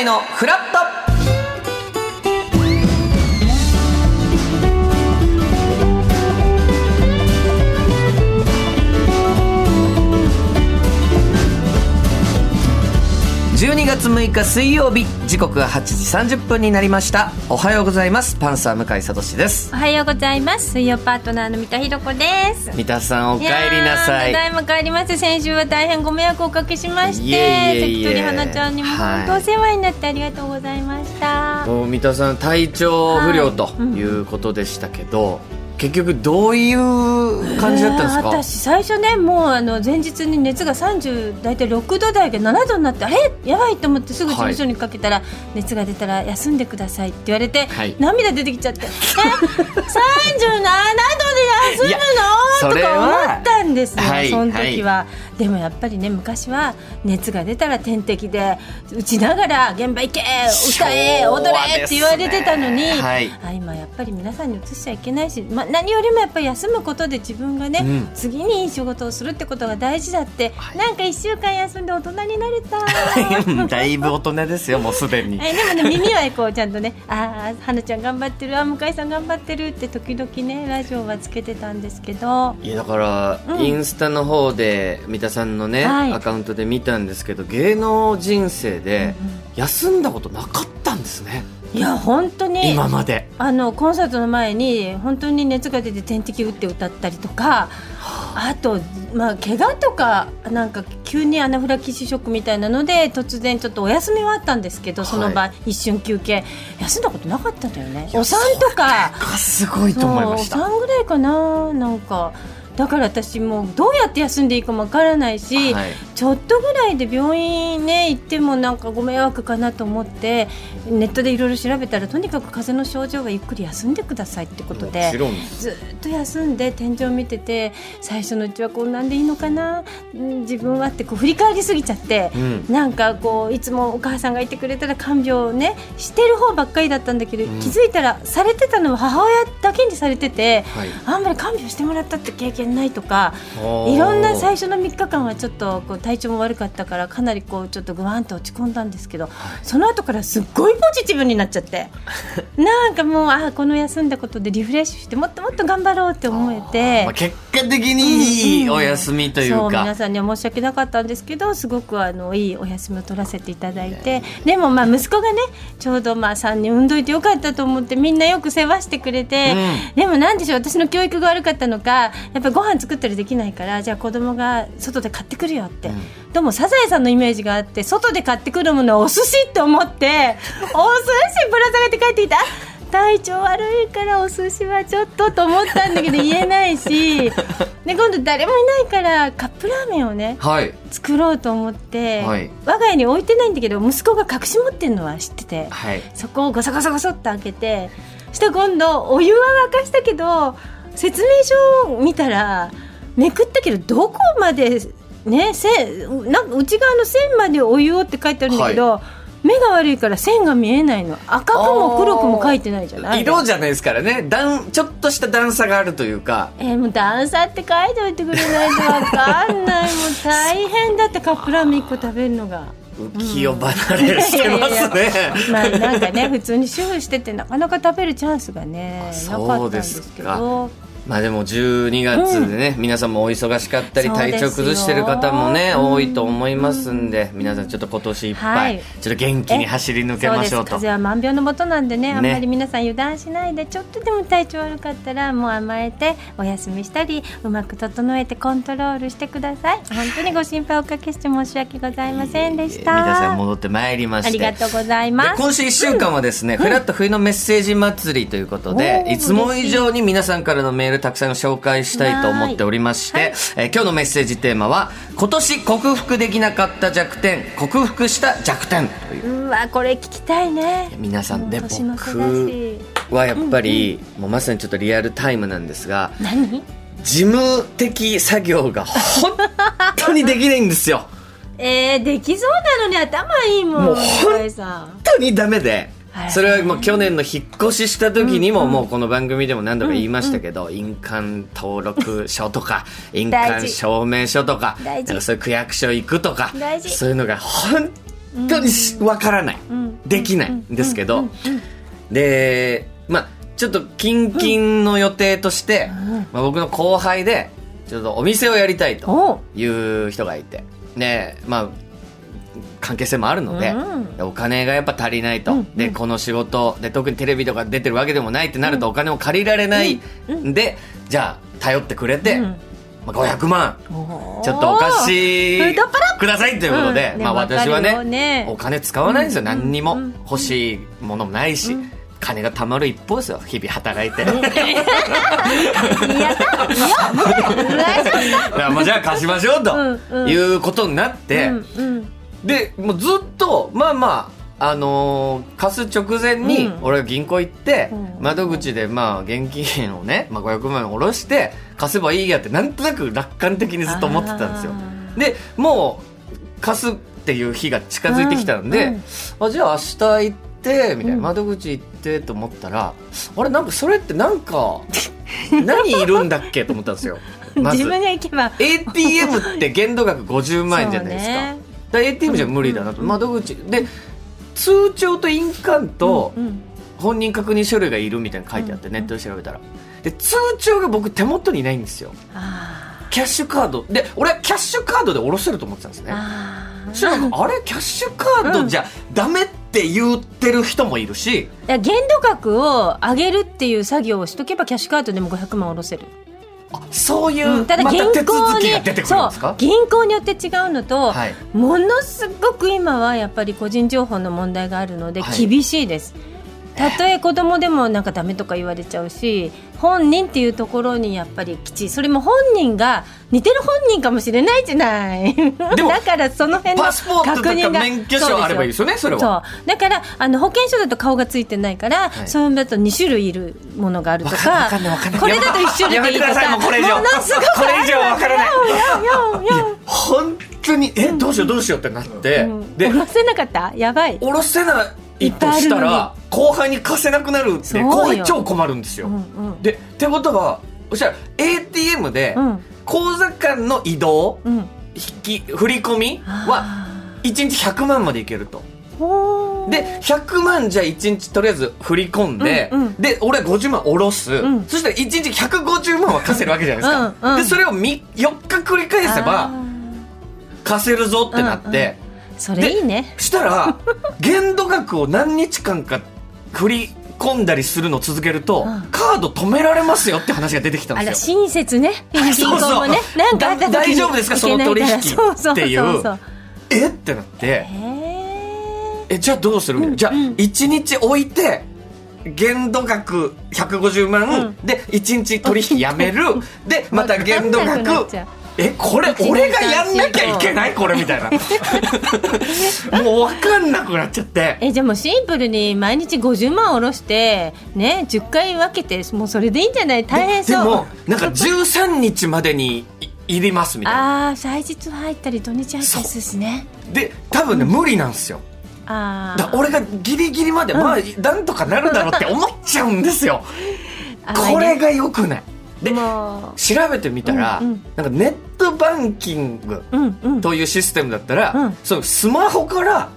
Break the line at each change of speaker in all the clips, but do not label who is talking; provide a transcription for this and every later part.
井のフラット。12月6日水曜日、時刻は8時30分になりました。おはようございます。パンサー向井聡です。
おはようございます。水曜パートナーの三田寛子です。
三田さん、お帰りなさい。
ただいま帰ります。先週は大変ご迷惑をおかけしまして、関取花ちゃんにも本当お世話になってありがとうございました。
もう三田さん、体調不良ということでしたけど、結局どういう感じだったんですか？
私最初ね、もう前日に熱が30大体6度台が7度になって、あれやばいと思ってすぐ事務所にかけたら、熱が出たら休んでくださいって言われて、涙出てきちゃって37度で休むのとか思ったんですよ、その時は。でもやっぱりね、昔は熱が出たら点滴で打ちながら現場行け、歌え、踊れって言われてたのに、今やっぱり皆さんに移しちゃいけないし、何よりもやっぱり休むことで自分がね、次にいい仕事をするってことが大事だって、なんか1週間休んで大人になれた
だいぶ大人ですよ、もうすでに。
でもね、耳はこうちゃんとね、花ちゃん頑張ってる、向井さん頑張ってるって時々ね、ラジオはつけてたんですけど。
いや、だから、インスタの方で三田さんのね、アカウントで見たんですけど、芸能人生で休んだことなかったんですね。
いや本当に
今まで
コンサートの前に本当に熱が出て点滴打って歌ったりとか、あと、怪我とかなんか急にアナフィラキシーショックみたいなので突然ちょっとお休みはあったんですけど、その場一瞬休憩、休んだことなかったんだよね。お産とか
すごいと思いました。
お産ぐらいかな。なんかだから私もどうやって休んでいいかもわからないし、ちょっとぐらいで病院ね行ってもなんかご迷惑かなと思ってネットでいろいろ調べたら、とにかく風邪の症状はゆっくり休んでくださいってことで、ずっと休んで天井見てて、最初のうちはこんなんでいいのかな、自分はってこう振り返りすぎちゃって、なんかこういつもお母さんがいてくれたら看病をねしてる方ばっかりだったんだけど、気づいたらされてたのは母親だけにされてて、あんまり看病してもらったって経験ないとか、いろんな最初の3日間はちょっとこう体調も悪かったから、かなりこうちょっとグワンと落ち込んだんですけど、その後からすっごいポジティブになっちゃって、なんかもうこの休んだことでリフレッシュしてもっともっと頑張ろうって思えて、
結果的にいいお休みというか、
そう皆さんには申し訳なかったんですけど、すごくいいお休みを取らせていただいて、でも息子がねちょうど3人産んどいてよかったと思って、みんなよく世話してくれて、でもなんでしょう、私の教育が悪かったのか、やっぱりご飯作ったりできないから、じゃあ子供が外で買ってくるよって、でもサザエさんのイメージがあって、外で買ってくるものはお寿司って思って、お寿司ぶら下げて帰ってきた。体調悪いからお寿司はちょっとと思ったんだけど言えないし、で今度誰もいないからカップラーメンをね、作ろうと思って、我が家に置いてないんだけど息子が隠し持ってるのは知ってて、そこをゴソゴソゴソって開けて、そしたら今度お湯は沸かしたけど、説明書を見たらめくったけどどこまでね、なんか内側の線までお湯をって書いてあるんだけど、目が悪いから線が見えないの。赤くも黒くも書いてないじゃない。
色じゃないですからね。ちょっとした段差があるというか、
もう段差って書いておいてくれないと分かんない。もう大変だって、カップラーメン1個食べるのが。
浮世離れしてますね。
なんかね、普通に主婦しててなかなか食べるチャンスがねなかったんですけど、
でも12月でね、皆さんもお忙しかったり体調崩してる方もね、多いと思いますんで、皆さんちょっと今年いっぱいちょっと元気に走り抜けましょうと。
風邪は万病のもとなんでね、あんまり皆さん油断しないで、ちょっとでも体調悪かったらもう甘えてお休みしたり、うまく整えてコントロールしてください。本当にご心配おかけして申し訳ございませんでした。
皆さん戻ってまいりまして、
ありがとうございます。
今週1週間はですね、フラット冬のメッセージ祭りということで、いつも以上に皆さんからのメールたくさん紹介したいと思っておりまして、今日のメッセージテーマは、今年克服できなかった弱点、克服した弱点という。
これ聞きたいね。
皆さんで、僕はやっぱり、もうまさにちょっとリアルタイムなんですが、事務的作業が本当にできないんですよ。
できそうなのに頭いいもん。
もう本当にダメで、それはもう去年の引っ越しした時にも、もうこの番組でも何度か言いましたけど、印鑑登録書とか印鑑証明書とか、なんかそういう区役所行くとか、そういうのが本当にわからない、できないんですけど、でちょっと近々の予定として、僕の後輩でちょっとお店をやりたいという人がいて、で関係性もあるので、お金がやっぱ足りないと、でこの仕事で特にテレビとか出てるわけでもないってなるとお金を借りられないんで、じゃあ頼ってくれて、500万ちょっとお貸しくださいということで、私はねお金使わないんですよ、何にも欲しいものもないし、金が貯まる一方ですよ、日々働いて。じゃあ貸しましょうということになって、でもうずっと貸す直前に俺が銀行行って窓口で現金をね、500万円下ろして貸せばいいやってなんとなく楽観的にずっと思ってたんですよ。でもう貸すっていう日が近づいてきたので、じゃあ明日行ってみたいな、窓口行ってと思ったら、あれなんかそれってなんか何いるんだっけと思ったんですよ。まず
自分が行けば
ATM って限度額50万円じゃないですか。だから ATM じゃ無理だなと、窓口で通帳と印鑑と本人確認書類がいるみたいなの書いてあって、ネットで調べたら、で通帳が僕手元にないんですよ。キャッシュカードで、俺はキャッシュカードで下ろせると思ってたんですね。そしたらあれキャッシュカードじゃダメって言ってる人もいるし、
限度額を上げるっていう作業をしとけばキャッシュカードでも500万下ろせる。
そういう、
ただ銀行
手続きが出てくるんですか？
銀行によって違うのと、ものすごく今はやっぱり個人情報の問題があるので厳しいです。たとえ子供でもなんかダメとか言われちゃうし、本人っていうところにやっぱりきち、それも本人が似てる本人かもしれないじゃない。だからその辺の
パスポートとか免許証あればいいですよね。それは
そうだから保険証だと顔がついてないから、それだと2種類いるものがあるとか、これだと1種類でいいとか、
もうこれ以上わからない。本当にどうしようってなって、
で下ろせなかった。やばい、
下ろせないとしたら後輩に貸せなくなるって、後輩超困るんですよ。でってことは、そしたら ATM で口座間の移動、振り込みは1日100万までいけると。で100万じゃあ1日とりあえず振り込んで、で俺は50万下ろす、そしたら1日150万は貸せるわけじゃないですか。でそれを4日繰り返せば貸せるぞってなって、
それいいね。
したら限度額を何日間か振り込んだりするのを続けると、カード止められますよって話が出てきたんですよ。
あら親切ね、銀行もね。なんかあった時に
大丈夫ですかその取引っていう、ってなって、じゃあどうする、じゃあ1日置いて限度額150万、で1日取引やめるでまた限度額これ俺がやんなきゃいけないこれみたいなもう分かんなくなっちゃって、
じゃあもうシンプルに毎日50万下ろしてね、10回分けてもうそれでいいんじゃない？大変そう。
でもなんか13日までにいりますみたいな。
祭日入ったり土日入ったりするしね。で
多分ね、無理なんですよ。だ俺がギリギリまで、なんとかなるだろうって思っちゃうんですよ。これが良くない。で調べてみたら、なんかネットバンキングというシステムだったら、そのスマホからもう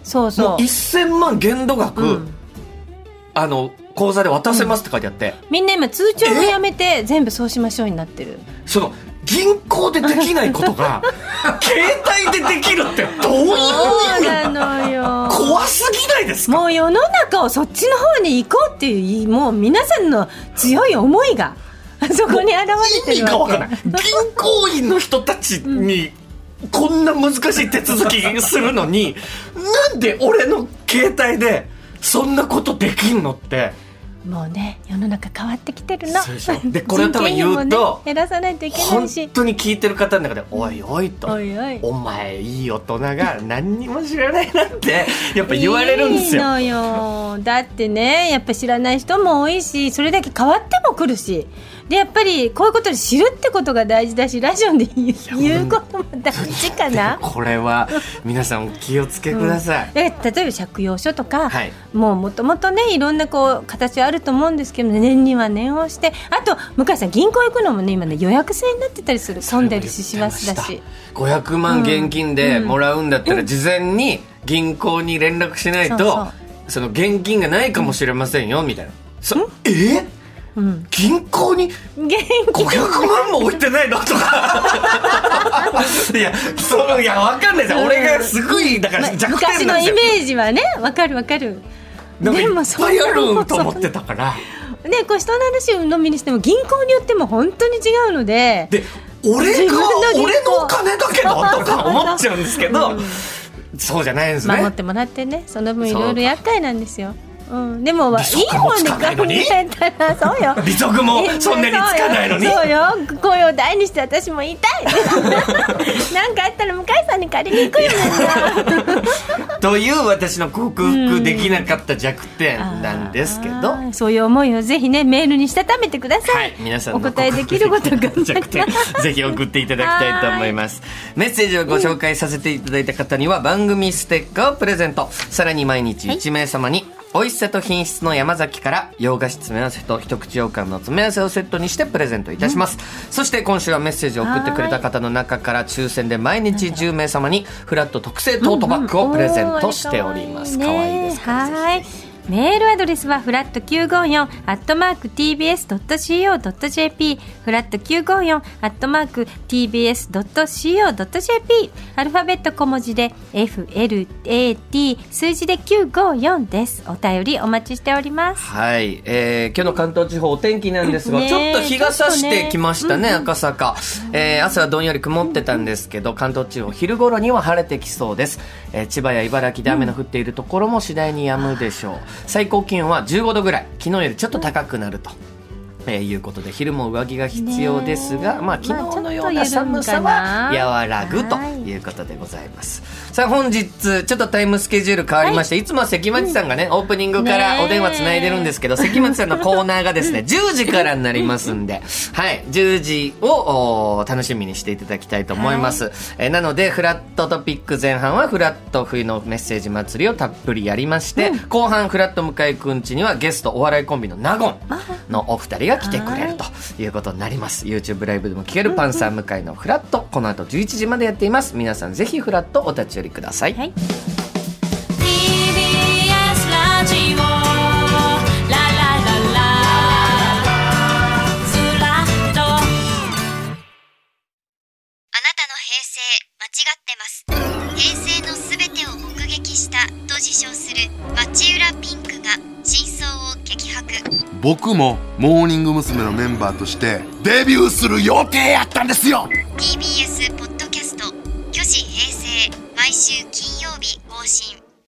1000万限度額、口座で渡せますって書いてあって、
みんな今通帳をやめて全部そうしましょうになってる。
その銀行でできないことが携帯でできるってどういう意味なのよ。怖すぎないですか？
もう世の中をそっちの方に行こうっていう、もう皆さんの強い思いがそこに現れてるわけ。意味が分からない。銀
行員の人たちにこんな難しい手続きするのになんで俺の携帯でそんなことできんのって。
もうね、世の中変わってきてるの。
でこれを多分言うと、
減らさないといけないし、
本当に聞いてる方の中でおいおいと、お前いい大人が何にも知らないなんてやっぱ言われるんですよ。
いいのよ。だってね、やっぱ知らない人も多いし、それだけ変わっても来るし、でやっぱりこういうことで知るってことが大事だし、ラジオで言うことも大事かな。
これは皆さんお気をつけください。
例えば借用書とか、もともとねいろんなこう形はあると思うんですけど、年には念をして、あと向井さん銀行行くのもね今ね予約制になってたりする。混んでるし師走だし、
500万現金でもらうんだったら事前に銀行に連絡しないと
そう
その現金がないかもしれませんよ、みたいな。
うん、
銀行に500万も置いてないのとかいやわかんないですよ、俺がすごいだから弱点なんですよ、
昔のイメージはね、わかる
でもいっぱいあると思ってたから
ね、こう人の話を鵜呑みにしても銀行によっても本当に違うので、
俺のお金だけどとか思っちゃうんですけど、そうじゃないんですね。
守ってもらってね、その分いろいろ厄介なんですよ。でもいい方に考えたらそうよ、
利息もそんなにつかないのに、
そうよ、声を大にして私も言いたいなんかあったら向井さんに借りに行くよ
という私の克服できなかった弱点なんですけど、
そういう思いをぜひねメールにしたためてください、
はい、皆さんの
お答えできることが
弱点ぜひ送っていただきたいと思います。メッセージをご紹介させていただいた方には番組ステッカーをプレゼント、さらに毎日1名様に、美味しさと品質の山崎から洋菓子詰め合わせと一口羊羹の詰め合わせをセットにしてプレゼントいたします、そして今週はメッセージを送ってくれた方の中から抽選で毎日10名様にフラット特製トートバッグをプレゼントしております。かわいいですから、
はい、メールアドレスはフラット954@tbs.co.jp フラット954@tbs.co.jp アルファベット小文字で FLAT 数字で954です。お便りお待ちしております。
はい、今日の関東地方お天気なんですが、ちょっと日が差してきましたね、赤坂、朝はどんより曇ってたんですけど、関東地方昼頃には晴れてきそうです。千葉や茨城で雨の降っているところも次第に止むでしょう。最高気温は15度ぐらい、昨日よりちょっと高くなると、いうことで昼も上着が必要ですが、昨日のような寒さは和らぐということでございます。さあ本日ちょっとタイムスケジュール変わりまして、いつもは関町さんがね、オープニングからお電話つないでるんですけど、関町さんのコーナーがですね10時からになりますんで、はい、10時を楽しみにしていただきたいと思います、なのでフラットトピック前半はフラット冬のメッセージ祭りをたっぷりやりまして、後半フラット向井くんちにはゲストお笑いコンビの納言のお二人が来てくれるということになります。 YouTube ライブでも聴けるパンサー向井のフラット、この後11時までやっています。皆さんぜひフラットお立ち寄りください、はい、
TBS ラジオララララずらっとあなたの
平成間違ってます。平成のすべてを目撃したと自称する町浦ピンクが真相を激白。
僕もモーニング娘。のメンバーとしてデビューする予定やったんですよ。
TBS ポッドキャスト虚子平成毎週金曜日更新。